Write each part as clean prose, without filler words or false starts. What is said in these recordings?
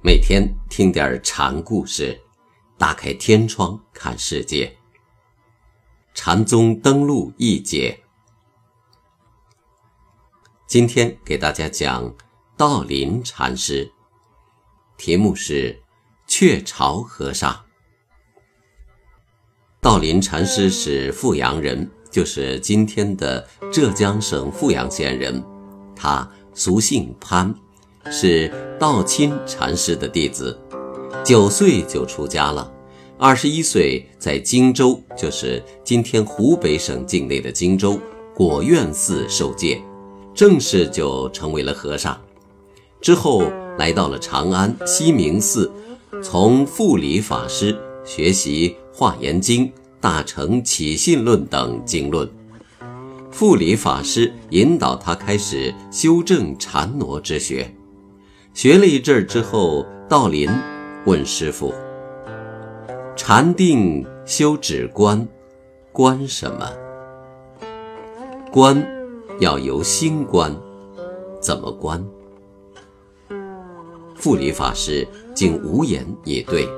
每天听点禅故事，打开天窗看世界。禅宗登陆一节，今天给大家讲道林禅师，题目是雀巢和尚。道林禅师是富阳人，就是今天的浙江省富阳县人，他俗姓潘，是道钦禅师的弟子，9岁就出家了，21岁在荆州，就是今天湖北省境内的荆州果院寺受戒，正式就成为了和尚。之后来到了长安西明寺，从富理法师学习华严经、大乘起信论等经论。富理法师引导他开始修正禅挪之学。学了一阵之后，道林问师父：禅定修止观，观什么？观要由心观，怎么观？富理法师竟无言以对。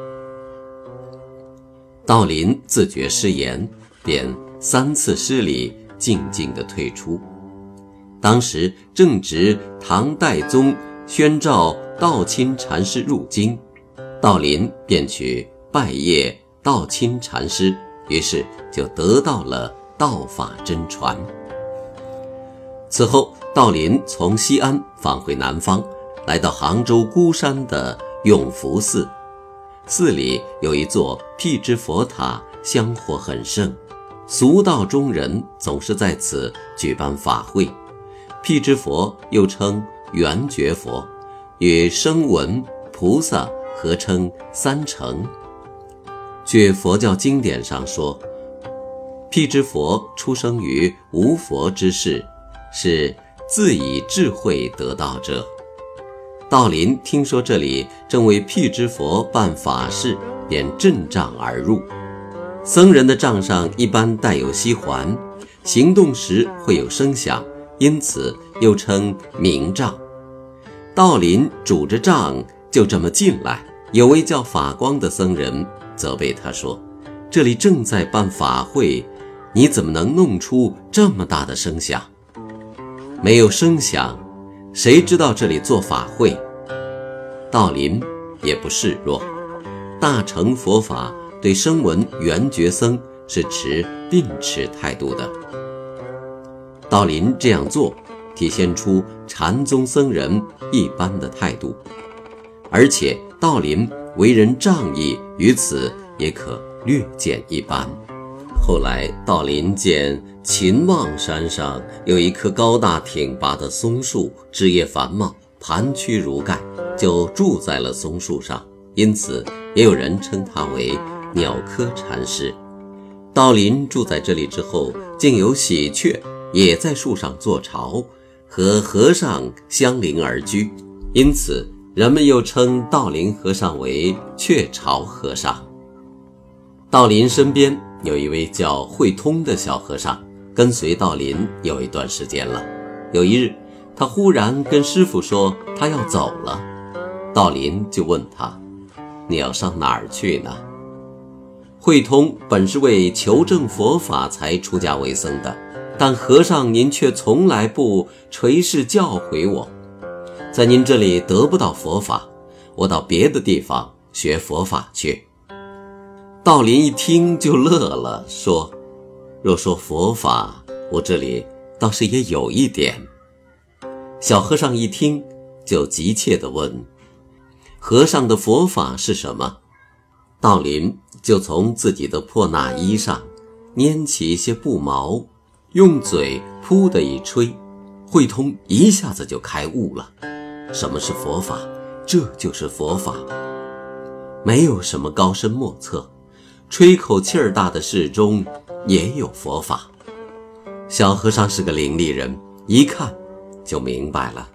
道林自觉失言，便3次施礼，静静地退出。当时正值唐代宗宣召道钦禅师入京，道林便去拜谒道钦禅师，于是就得到了道法真传。此后，道林从西安返回南方，来到杭州孤山的永福寺，寺里有一座辟支佛塔，香火很盛，俗道中人总是在此举办法会。辟支佛又称圆觉佛，与声闻、菩萨合称3乘。据佛教经典上说，辟支佛出生于无佛之世，是自以智慧得道者。道林听说这里正为辟支佛办法事，便阵杖而入。僧人的杖上一般带有锡环，行动时会有声响，因此又称明杖。道林拄着杖就这么进来，有位叫法光的僧人责备他说：这里正在办法会，你怎么能弄出这么大的声响？没有声响，谁知道这里做法会？道林也不示弱，大乘佛法对声闻缘觉僧是持并持态度的。道林这样做，体现出禅宗僧人一般的态度，而且道林为人仗义，于此也可略见一斑。后来道林见秦望山上有一棵高大挺拔的松树，枝叶繁茂，盘曲如盖，就住在了松树上，因此也有人称他为鸟科禅师。道林住在这里之后，竟有喜鹊也在树上做巢，和和尚相邻而居，因此人们又称道林和尚为雀巢和尚。道林身边有一位叫慧通的小和尚，跟随道林有一段时间了。有一日，他忽然跟师父说他要走了，道林就问他：你要上哪儿去呢？慧通本是为求证佛法才出家为僧的，但和尚您却从来不垂示教诲我，在您这里得不到佛法，我到别的地方学佛法去。道林一听就乐了，说：若说佛法，我这里倒是也有一点。小和尚一听就急切地问：和尚的佛法是什么？道林就从自己的破衲衣上拈起一些布毛，用嘴噗的一吹，慧通一下子就开悟了。什么是佛法？这就是佛法，没有什么高深莫测，吹口气儿大的事中也有佛法。小和尚是个伶俐人，一看就明白了。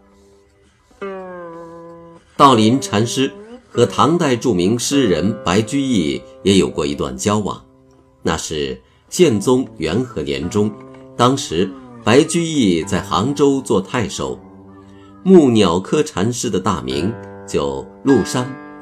道林禅师和唐代著名诗人白居易也有过一段交往，那是宪宗元和年中，当时白居易在杭州做太守，木鸟科禅师的大名就陆山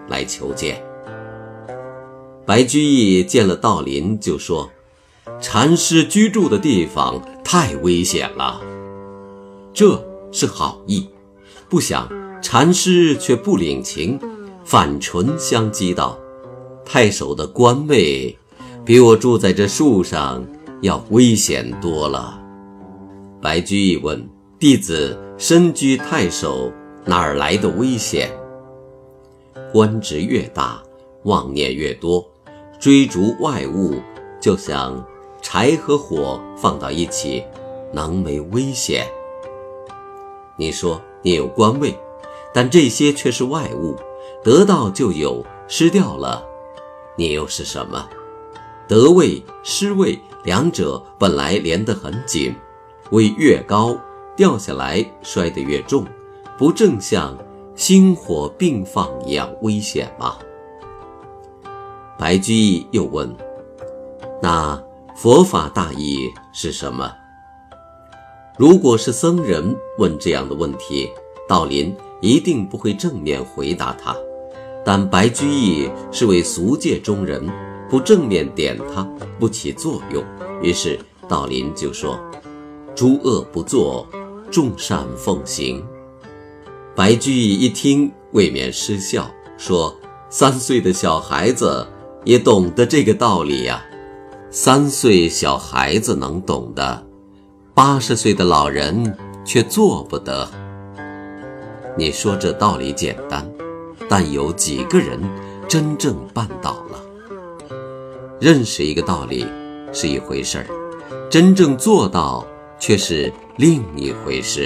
来求见。白居易见了道林就说，禅师居住的地方太危险了。这是好意，不想禅师却不领情，反唇相讥道，太守的官位比我住在这树上要危险多了。白居易问，弟子身居太守，哪儿来的危险？官职越大，妄念越多，追逐外物，就像柴和火放到一起，能没危险？你说你有官位，但这些却是外物，得到就有，失掉了，你又是什么？得位失位两者本来连得很紧，位越高，掉下来摔得越重，不正像星火并放一样危险吗？白居易又问，那佛法大义是什么？如果是僧人问这样的问题，道林一定不会正面回答他，但白居易是位俗界中人，不正面点他不起作用，于是道林就说，诸恶不作，众善奉行。白居易一听未免失笑，说3岁的小孩子也懂得这个道理呀。3岁小孩子能懂的，80岁的老人却做不得。你说这道理简单，但有几个人真正办到了？认识一个道理是一回事儿，真正做到却是另一回事。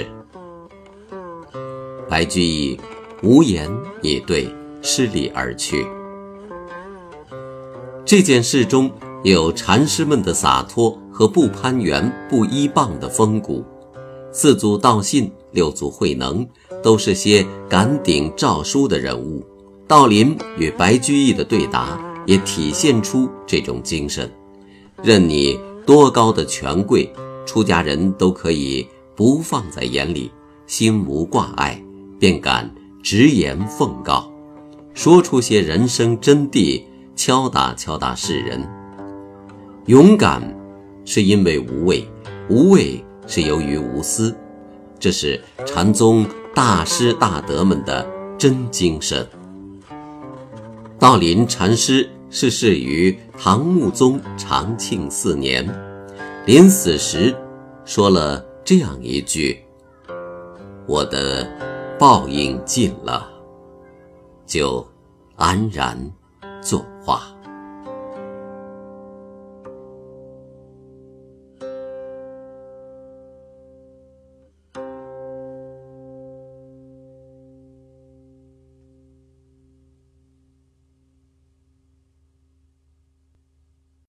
白居易无言以对，失礼而去。这件事中有禅师们的洒脱和不攀援不依傍的风骨，4祖道信，6祖慧能，都是些敢顶诏书的人物。道林与白居易的对答也体现出这种精神，任你多高的权贵，出家人都可以不放在眼里，心无挂碍，便敢直言奉告，说出些人生真谛，敲打敲打世人。勇敢是因为无畏，无畏是由于无私，这是禅宗大师大德们的真精神。道林禅师逝世于唐穆宗长庆4年，临死时说了这样一句，我的报应尽了，就安然作画。